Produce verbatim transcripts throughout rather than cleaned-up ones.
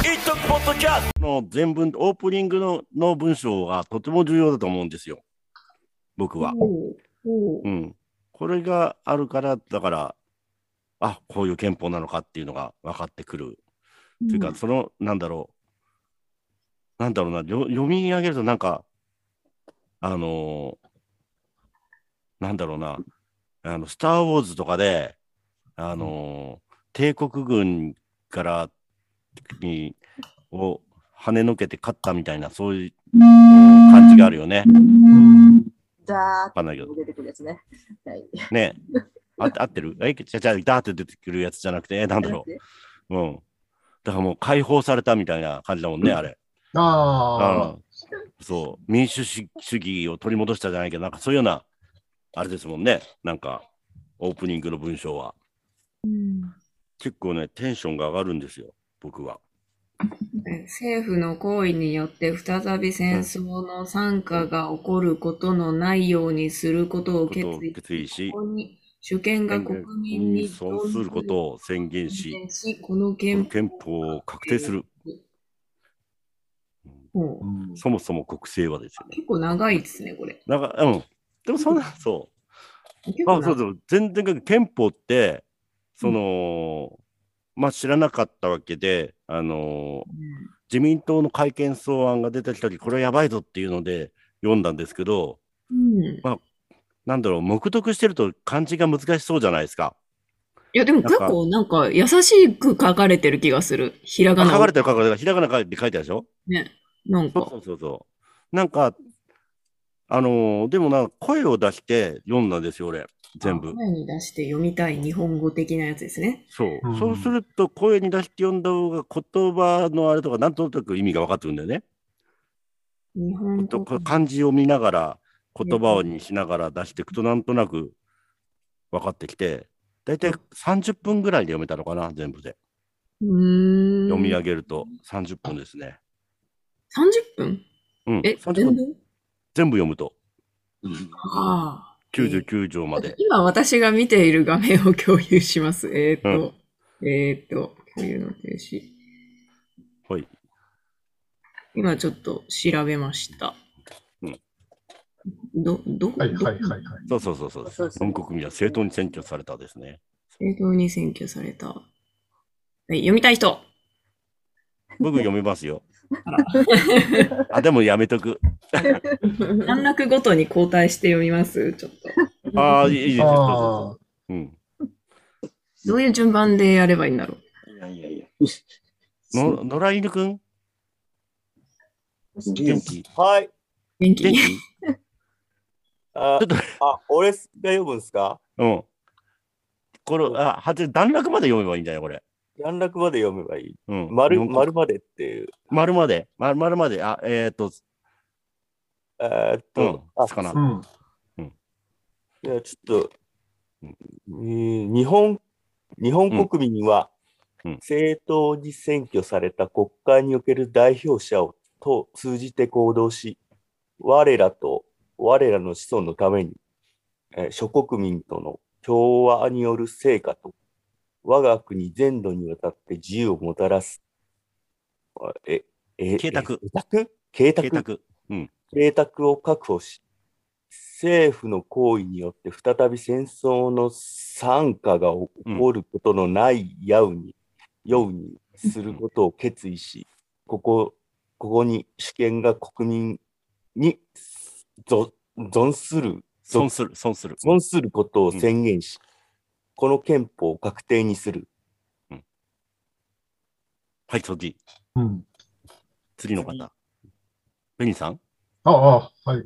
一徳ポッドキャストの全文、オープニング の, の文章がとても重要だと思うんですよ、僕は。うん、これがあるから、だから、あ、こういう憲法なのかっていうのが分かってくる。と、うん、いうか、その、なんだろう、なんだろうな、読み上げると、なんか、あのー、なんだろうな、あの、スター・ウォーズとかで、あのー、帝国軍からにを跳ねのけて勝ったみたいな、そういう感じがあるよね。 ダーッと出てくるやつね。はい、 ねあ、合ってるえじゃじゃダーって出てくるやつじゃなくて、え、なんだろう。うん。だからもう解放されたみたいな感じだもんね、あれ。 ああ。 そう。民主主義を取り戻したじゃないけど、なんかそういうような、あれですもんね。なんか、オープニングの文章は。うん、結構ね、テンションが上がるんですよ、僕は。 政府の行為によって再び戦争の惨禍が起こることのないようにすることを決意、 決意し、 ここに主権が国民に損することを宣言し、 この憲法を確定する。うん、そもそも国政はですよね。 結構長いですね、これ。 なんか、うん。でもそんな、そう。あ、そうそう。全然憲法って、その、うん、まあ知らなかったわけで、あのーうん、自民党の改憲草案が出てきた時、これはやばいぞっていうので読んだんですけど、うん、まあ、なんだろう、黙読してると漢字が難しそうじゃないですか。 いや、でも結構なんか優しく書かれてる気がする。ひらがな。 書かれてる書かれてる。ひらがな書いて書いてあるでしょ。 ね。なんか。 そうそうそう。なんか、あのー、でもな、声を出して読んだんですよ、俺。全部。 声に出して読みたい日本語的なやつですね。 そう。うん、そうすると、声に出して読んだ方が言葉のあれとか、なんとなく意味が分かってくるんだよね。 日本語漢字を見ながら、言葉にしながら出していくと、なんとなく分かってきて、だいたいさんじゅっぷんぐらいで読めたのかな、全部で。 うーん。 読み上げるとさんじゅっぷんですね。 さんじゅっぷん？ うん。 え、全部？ 全部読むと。 うん、ああ。 きゅうじゅうきゅう条まで。 今私が見ている画面を共有します。えっ、ー、と、うん、えっ、ー、と、共有の停止。 はい。 今ちょっと調べました。うん。ど、ど、 はいはいはいはい。 そうそうそうそう。日本国民は正当に選挙されたですね。 正当に選挙された。はい、読みたい人。 僕読みますよ。あ, あ、でもやめとく。 段落ごとに交代して読みますちょっと。ああ、いいですよ。うん。 どういう順番でやればいいんだろう。 いやいやいや。の、野良犬くん元気？ はい。 元気？ 元気あ、あ、俺が読むんすか？ うん。これ、あ、はず、段落まで読めばいいんだよ、これ。 段落まで読めばいい。 うん。 丸、丸までっていう。 丸まで。丸、丸まで。あ、えー、っと。 えー、っと、うん、 あ、かな。うん。 うん。いや、ちょっと、うん、日本、日本国民は、正当に選挙された国会における代表者をと通じて行動し、我らと我らの子孫のために、えー、諸国民との調和による成果と、我が国全土にわたって自由をもたらす、え、え、 計画。 計画計画、うん、計画を確保し、政府の行為によって再び戦争の惨禍が起こることのないように、うん、ようにすることを決意し、ここ、ここに主権が国民に存する、 損する、損する。 損することを宣言し、うん、この憲法を確定にする。 うん、はい、次。 うん、 次の方。ベニーさん？ ああ、はい。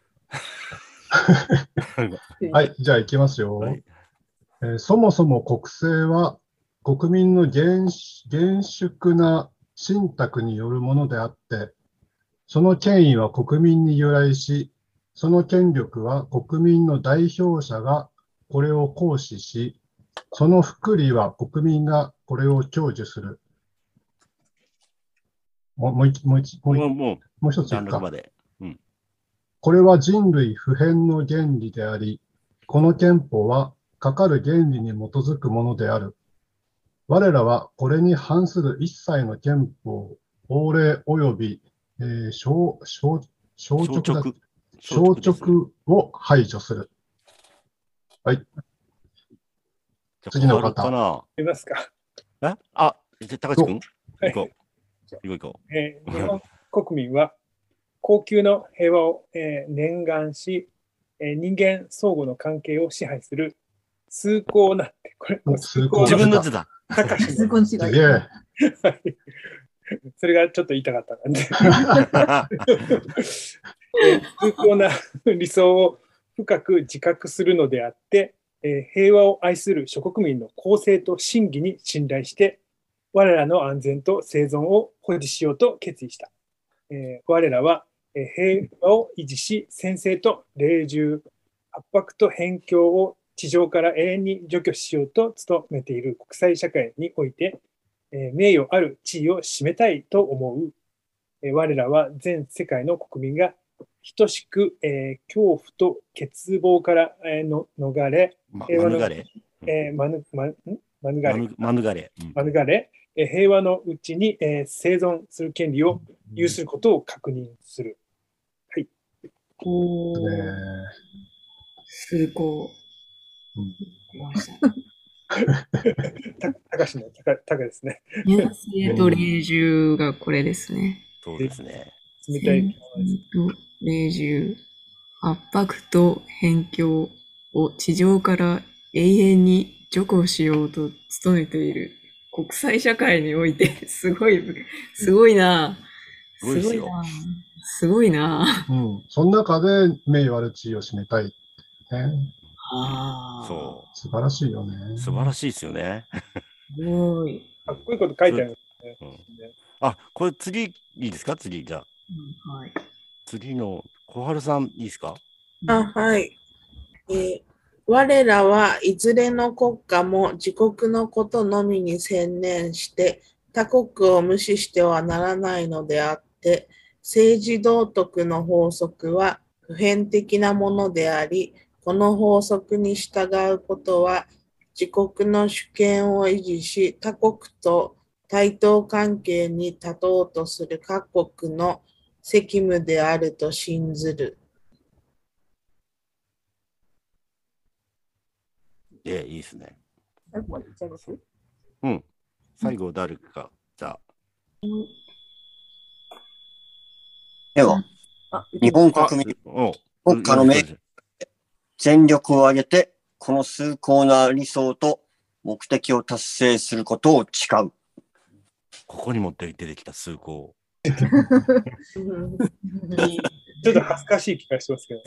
はい、じゃあ行きますよ、はい。えー。そもそも国政は国民の厳粛な信託によるものであって、その権威は国民に由来し、その権力は国民の代表者がこれを行使し、その福利は国民がこれを享受する。もう、もう一、もう一、もう一、もう一つ言うか。うん、これは人類普遍の原理であり、この憲法はかかる原理に基づくものである。 我らはこれに反する一切の憲法、法令及び、えー、消消消消直だ直。 消ですね。 直を排除する。はい。 じゃあ次の小春か方。 な。 いますか。 えあ、じゃあ高橋君はい行こう。行こう行こえー日本国民は恒久の平和を、えー念願し、えー人間相互の関係を支配する崇高な、これ、 お崇高う。自な分の字だ。 高しの、 すごい違い。 すげえ。 はいそれがちょっと言いたかったんで、えー崇高な理想を深く自覚するのであって、えー平和を愛する諸国民の公正と真偽に信頼して、我らの安全と生存を保持しようと決意した。えー我らは、えー平和を維持し、専制と隷従、圧迫と辺境を地上から永遠に除去しようと努めている国際社会において、えー名誉ある地位を占めたいと思う。えー我らは全世界の国民が等しく、えー恐怖と欠乏から、えーの逃れ、 ま平和の免れえー免まん免れ免免れ。うん免れ、えー平和のうちに、えー生存する権利を有することを確認する。 おねー、崇高。 うん来ましたたたかしのたかたかですね。 ね。生と霊獣がこれですね。 そうですね。 冷たい戦と霊獣、圧迫と辺境を地上から永遠に除去しようと努めている国際社会において、すごい、すごいな。 すごいですよな。すごいな。 うん。その中で名誉ある地位を占めたい。ね。 ああ。 そ素晴らしいよね。 う。素晴らしいですよね。 すごい。 かっこいいこと書いてある。 うんあ、これ次、いいですか次、じゃあ。 うんはい。 次の、小春さん、いいですかあ、はい。えー我らはいずれの国家も自国のことのみに専念して他国を無視してはならないのであって、政治道徳の法則は普遍的なものであり、この法則に従うことは自国の主権を維持し、他国と対等関係に立とうとする各国の責務であると信ずる。 ええ、いいですね。 最後まで言っちゃいますうん。最後、誰か、じゃあ。 では、 あ、 日本あ国民、 お国家の命全力を挙げて、この崇高な理想と目的を達成することを誓う。 ここにも出てきた崇高。 うんちょっと恥ずかしい気がしますけど、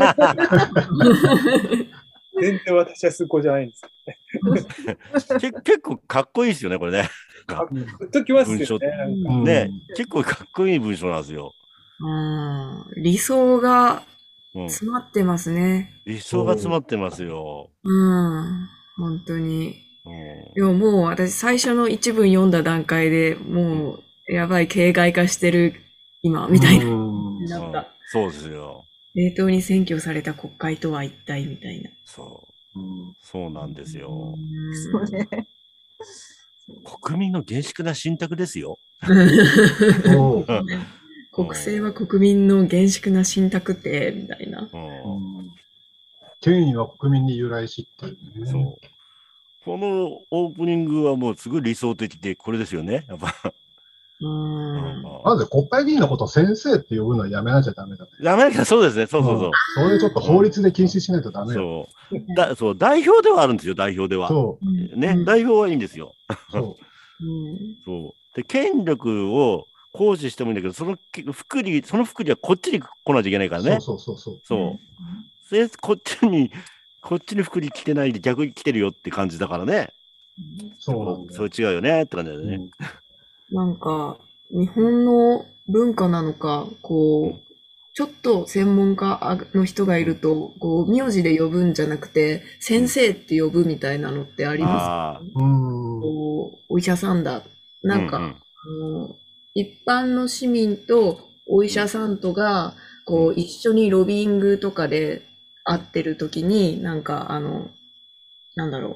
全然私は崇高じゃないんです。 け結構かっこいいですよね、これね。 グッときますよ文章ね。なんかうんね、結構かっこいい文章なんですよ。 うん。理想がうん、 詰まってますね。 理想が詰まってますよ。 うん。本当に。 うんでももう私最初の一文読んだ段階でもうやばい形骸化してる今みたいなうんなった。 そうですよ。 冷凍に占拠された国会とは一体みたいな。 そう。そうなんですよ。 そうね。 国民の厳粛な信託ですよ。 おう国政は国民の厳粛な信託ってみたいな。 うん権威は国民に由来しっていうね。 そう。このオープニングはもうすごい理想的で、これですよね。やっぱ。 うん。 まず国会議員のことを先生って呼ぶのはやめなきゃダメだね。 ダメだけど、そうですね。そうそうそう。 それちょっと法律で禁止しないとダメよ。 そうだそう代表ではあるんですよ、代表では。 そね、 うん代表はいいんですよ。 う。そう。 うんそうで権力を行使してもいいんだけど、その福利、その福利はこっちに来ないといけないからね。 そうそうそうそう。 そう。でこっちに、こっちに福利来てないで逆に来てるよって感じだからね。 そうなんだよ。 それ違うよねって感じだよね。 なんか、日本の文化なのか、こう、ちょっと専門家の人がいると、こう、名字で呼ぶんじゃなくて、先生って呼ぶみたいなのってありますああ。 うん。 こう、お医者さんだ。なんか、 うんうんあの一般の市民とお医者さんとが、こう、一緒にロビーングとかで会ってる時に、なんか、あの、なんだろ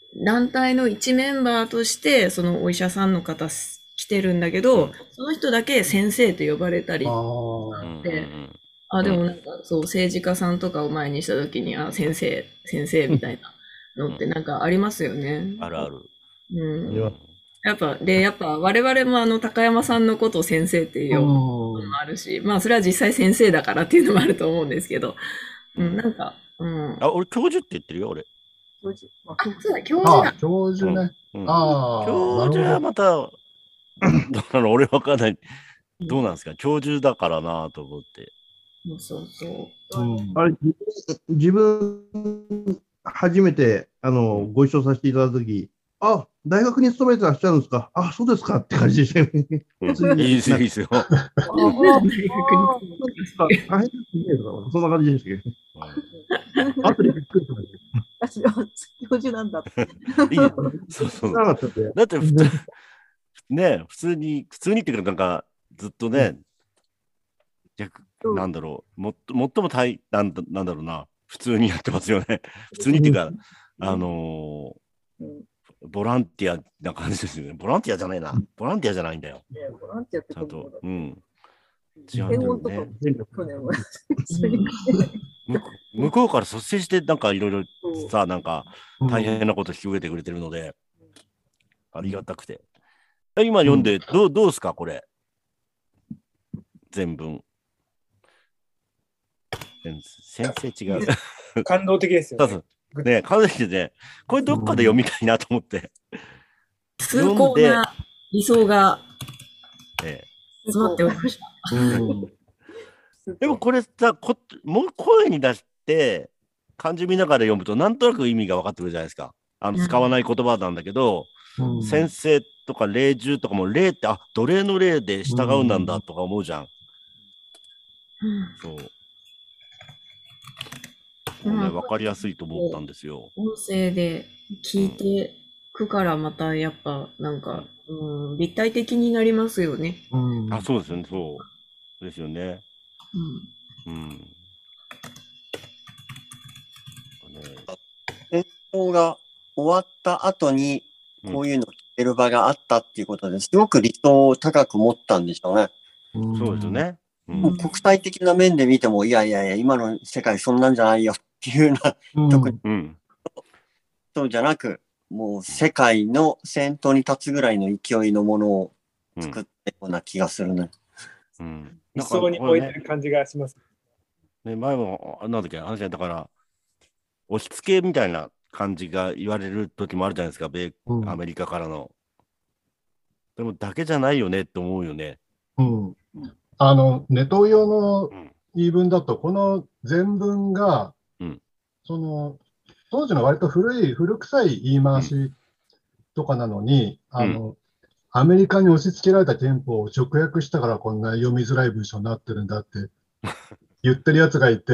団体の一メンバーとして、そのお医者さんの方来てるんだけど、その人だけ先生と呼ばれたりして、あ、でもなんかそう、政治家さんとかを前にしたときに、あ、先生、先生みたいなのってなんかありますよね。 あるある。 うん。やっぱ、で、やっぱ我々もあの、高山さんのことを先生っていうのもあるし、まあそれは実際先生だからっていうのもあると思うんですけど、うん、なんか、うん。 あ、俺教授って言ってるよ、俺。 教授。あ、そうだ、教授だ。 教授ね。 うんうん、 ああ、 教授はまた、どうなの俺わかんない。どうなんですか、教授だからなと思って。 そうそう。 うん、あれ、自分、初めてあのご一緒させていただいたとき、あ、大学に勤めてらっしゃるんですか、あ、そうですかって感じでしたね。 いいですよ、いいですよ。 大変ですね、そんな感じでしたけど。あとでびっくりしました。 教授なんだって。 いいそうそう。だって普通、ね、普通に、普通にっていうか、なんか、ずっとね、逆、なんだろう、もっと、最も大、なんだ、なんだろうな、普通にやってますよね。普通にっていうか、あのー、ボランティアな感じですよね。ボランティアじゃないな。ボランティアじゃないんだよ。 ボランティアってちゃんと、うん。 違うんだよね。 向こうから率先して、なんかいろいろさ、なんか大変なこと引き受けてくれてるので、ありがたくて。今読んで、どう、どうですか、これ。全文。先生違う。 感動的ですよね。 ね、感動的でね、これどっかで読みたいなと思って。 崇高な理想が詰まっておりました。 でもこれさ、こもう声に出して漢字見ながら読むとなんとなく意味が分かってくるじゃないですか。あの使わない言葉なんだけど、うん、先生とか霊獣とかも霊ってあ奴隷の霊で従うんなんだとか思うじゃん。うん、そう。ね、分かりやすいと思ったんですよ。 音声で聞いてくからまたやっぱなんか、うん、立体的になりますよね。 うん、あ、そうですよね。そうですよね。うん。うん。 戦争が終わった後にこういうのを聞ける場があったっていうことですごく理想を高く持ったんでしょうね。 うん、そうですよね。 うん、もう国際的な面で見てもいやいやいや今の世界そんなんじゃないよっていうような、うん、特に、うん、そうじゃなくもう世界の先頭に立つぐらいの勢いのものを作ったような気がするね。 うん、理想に置いてる感じがします。 ね、前もなんだっけ話だから押し付けみたいな感じが言われる時もあるじゃないですか、米、うん、アメリカからの。でもだけじゃないよねって思うよね。 うん。あのネトウヨの言い分だと、この全文が、うん、その当時の割と古い古臭い言い回しとかなのに、うん、あのアメリカに押し付けられた憲法を直訳したからこんな読みづらい文章になってるんだって言ってるやつがいて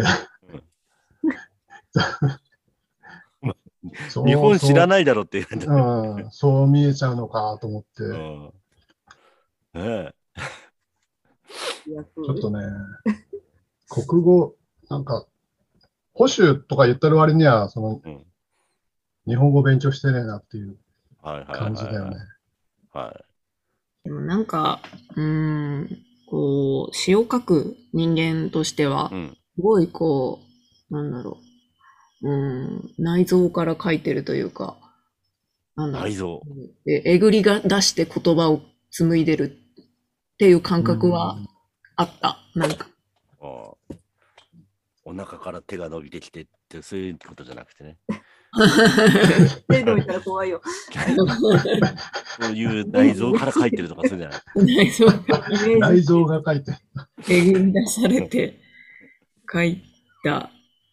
日本知らないだろって言うん、そう見えちゃうのかと思って、うん、 ねえちょっとね国語なんか保守とか言ってる割にはその、うん、日本語勉強してねえなっていう感じだよね。 はい。 でもなんかうーんこう詩を書く人間としては、うん、すごいこうなんだろう、うん内臓から書いてるというか、 なんだろう、内臓ええぐりが出して言葉を紡いでるっていう感覚はあった。なんか。ああ。 お腹から手が伸びてきてってそういうことじゃなくてね。 手伸びたら怖いよ。 そういう内臓から書いてるとかそうじゃない。 内臓が内臓が書いてる。 えぐり出されて書いた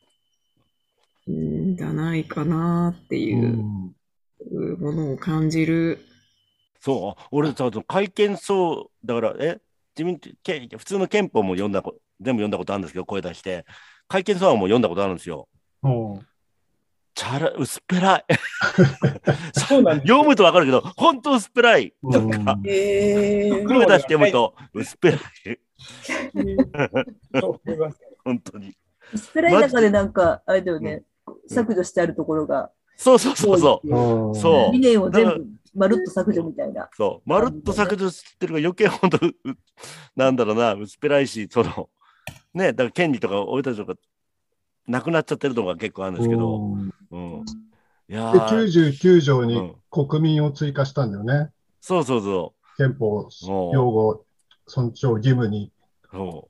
んじゃないかなっていうものを感じる。 そう、俺ちょっと会見そうだからえ自民普通の憲法も読んだこ全部読んだことあるんですけど声出して。会見草案も読んだことあるんですよ。チャラ薄っぺらい。そうなん読むとわかるけど、本当薄っぺらい。なんか、えー、声出して読むと薄っぺらい。本当に。 薄っぺらい中でなんか、あれだよね、うん、削除してあるところがそうそうそうそう。そう。 理念を全部まるっと削除みたいな。 そう。まるっと削除してるから余計本当、なんだろうな、薄っぺらいし、その、ね、だから権利とか俺たちとかなくなっちゃってるのが結構あるんですけど。うん。いやで、きゅうじゅうきゅう条に国民を追加したんだよね。うん、 そうそうそう。 憲法擁護尊重義務に。 そう。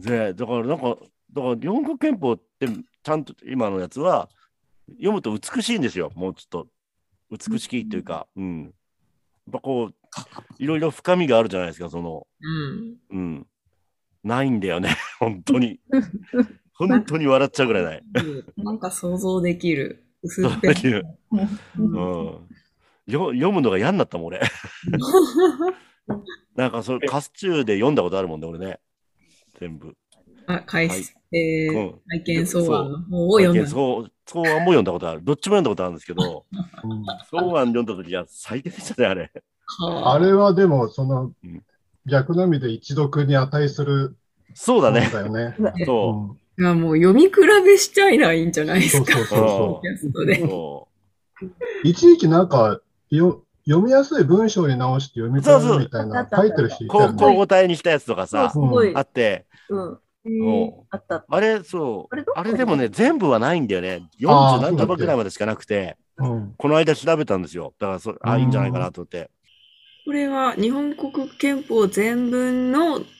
で、だからなんか、だから日本国憲法ってちゃんと今のやつは読むと美しいんですよ。もうちょっと美しきというか、うん。やっぱこういろいろ深みがあるじゃないですか、その、うん、うん、ないんだよね、本当に。本当に笑っちゃうぐらいない。 なんか想像できる。 想像できる。うん。よ読むのが嫌になったもん俺。なんかそれカスチューで読んだことあるもんね、俺ね。全部。 あ、改正、うん、改憲草案の方を読んだ。 草案も読んだことある。どっちも読んだことあるんですけど、うん、草案読んだときは最低でしたね、あれ。 あれはでも、その、うん、逆の意味で一読に値する。 そうだね。 そうだよね。 そう。 いや、もう読み比べしちゃいないんじゃないですか。 そうそうそうそう。一時期なんかよ、読みやすい文章に直して読み比べるみたいな書いてるし、 交互体にしたやつとかさ、あって、 うんあった。あれ、そう。あれでもね、全部はないんだよね。よんじゅう何束ぐらいまでしかなくて、この間調べたんですよ。だからそ、あ、いいんじゃないかなと思って。 これは日本国憲法全文の、うん。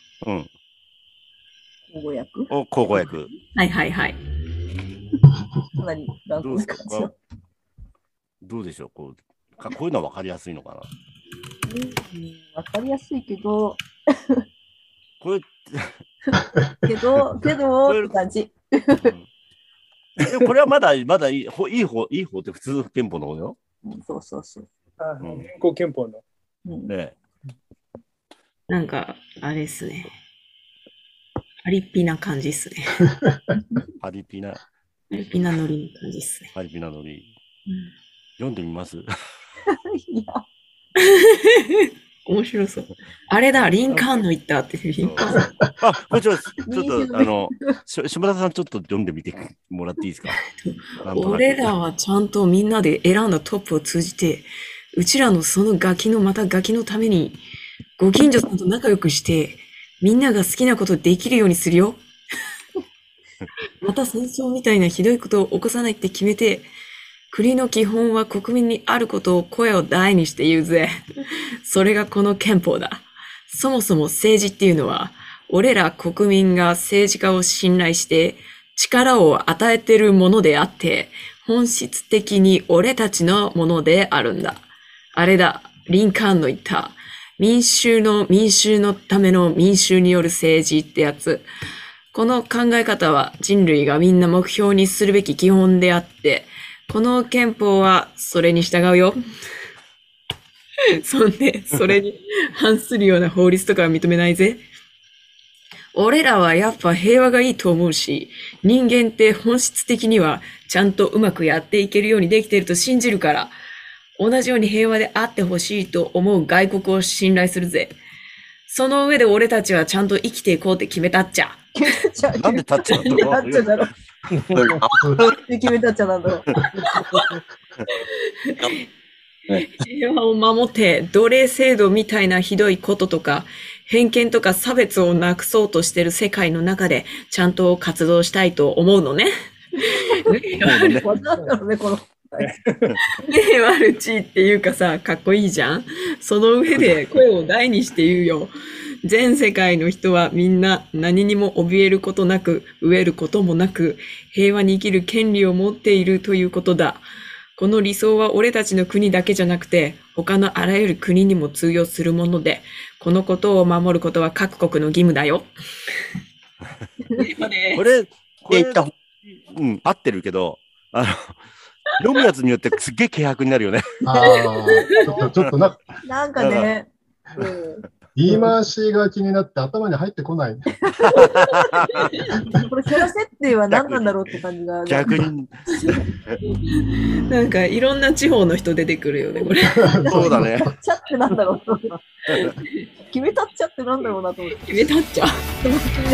口語訳お、口語訳。 はいはいはい。 かなりランクですか。 どうでしょう、こう、こういうのは分かりやすいのかな。 分かりやすいけど、 これ、 けど、けど、って感じ。 うん、これはまだ、まだいい方、いい方、いい方って普通憲法の方よ。 うん、そうそうそう。 現行憲法の。 ね。 なんか、あれですね。パリピな感じっすね。 パリピな。 パリピなノリの感じっすね。 パリピなノリ。うん、読んでみますいや。 面白そう。あれだ、リンカーンの言ったって、リンカーン。 あ、これちょっと、ちょっと、あの、島田さんちょっと読んでみてもらっていいですか。 俺らはちゃんとみんなで選んだトップを通じて、うちらのそのガキのまたガキのために、ご近所さんと仲良くして、みんなが好きなことできるようにするよ。また戦争みたいなひどいことを起こさないって決めて、国の基本は国民にあることを声を大にして言うぜ。それがこの憲法だ。そもそも政治っていうのは、俺ら国民が政治家を信頼して力を与えてるものであって、本質的に俺たちのものであるんだ。あれだ、リンカーンの言った、民衆の民衆のための民衆による政治ってやつ。この考え方は人類がみんな目標にするべき基本であって、この憲法はそれに従うよ。そんで、それに反するような法律とかは認めないぜ。俺らはやっぱ平和がいいと思うし、人間って本質的にはちゃんとうまくやっていけるようにできていると信じるから、同じように平和であってほしいと思う外国を信頼するぜ。その上で俺たちはちゃんと生きていこうって決めたっちゃ。 なんでタッチなんだろう。 タッチだろう。決めたっちゃなんだろう。 平和を守って奴隷制度みたいなひどいこととか偏見とか差別をなくそうとしてる世界の中でちゃんと活動したいと思うのね。 なんだろうね、この。 ねワルチっていうかさ、かっこいいじゃん。その上で声を大にして言うよ。全世界の人はみんな何にも怯えることなく、飢えることもなく、平和に生きる権利を持っているということだ。この理想は俺たちの国だけじゃなくて、他のあらゆる国にも通用するもので、このことを守ることは各国の義務だよ。 これ、これ、うん、合ってるけど、あの、読むやつによってすっげえ軽薄になるよね。 ああ、ちょっと、ちょっとな。 なんかね。 言い回しが気になって頭に入ってこない。これキャラ設定は何なんだろうって感じが。 逆に。 なんかいろんな地方の人出てくるよね、これ。 そうだね。 決めたっちゃってなんだろうと。決めたっちゃってなんだろうなと思って。 決めたっちゃ。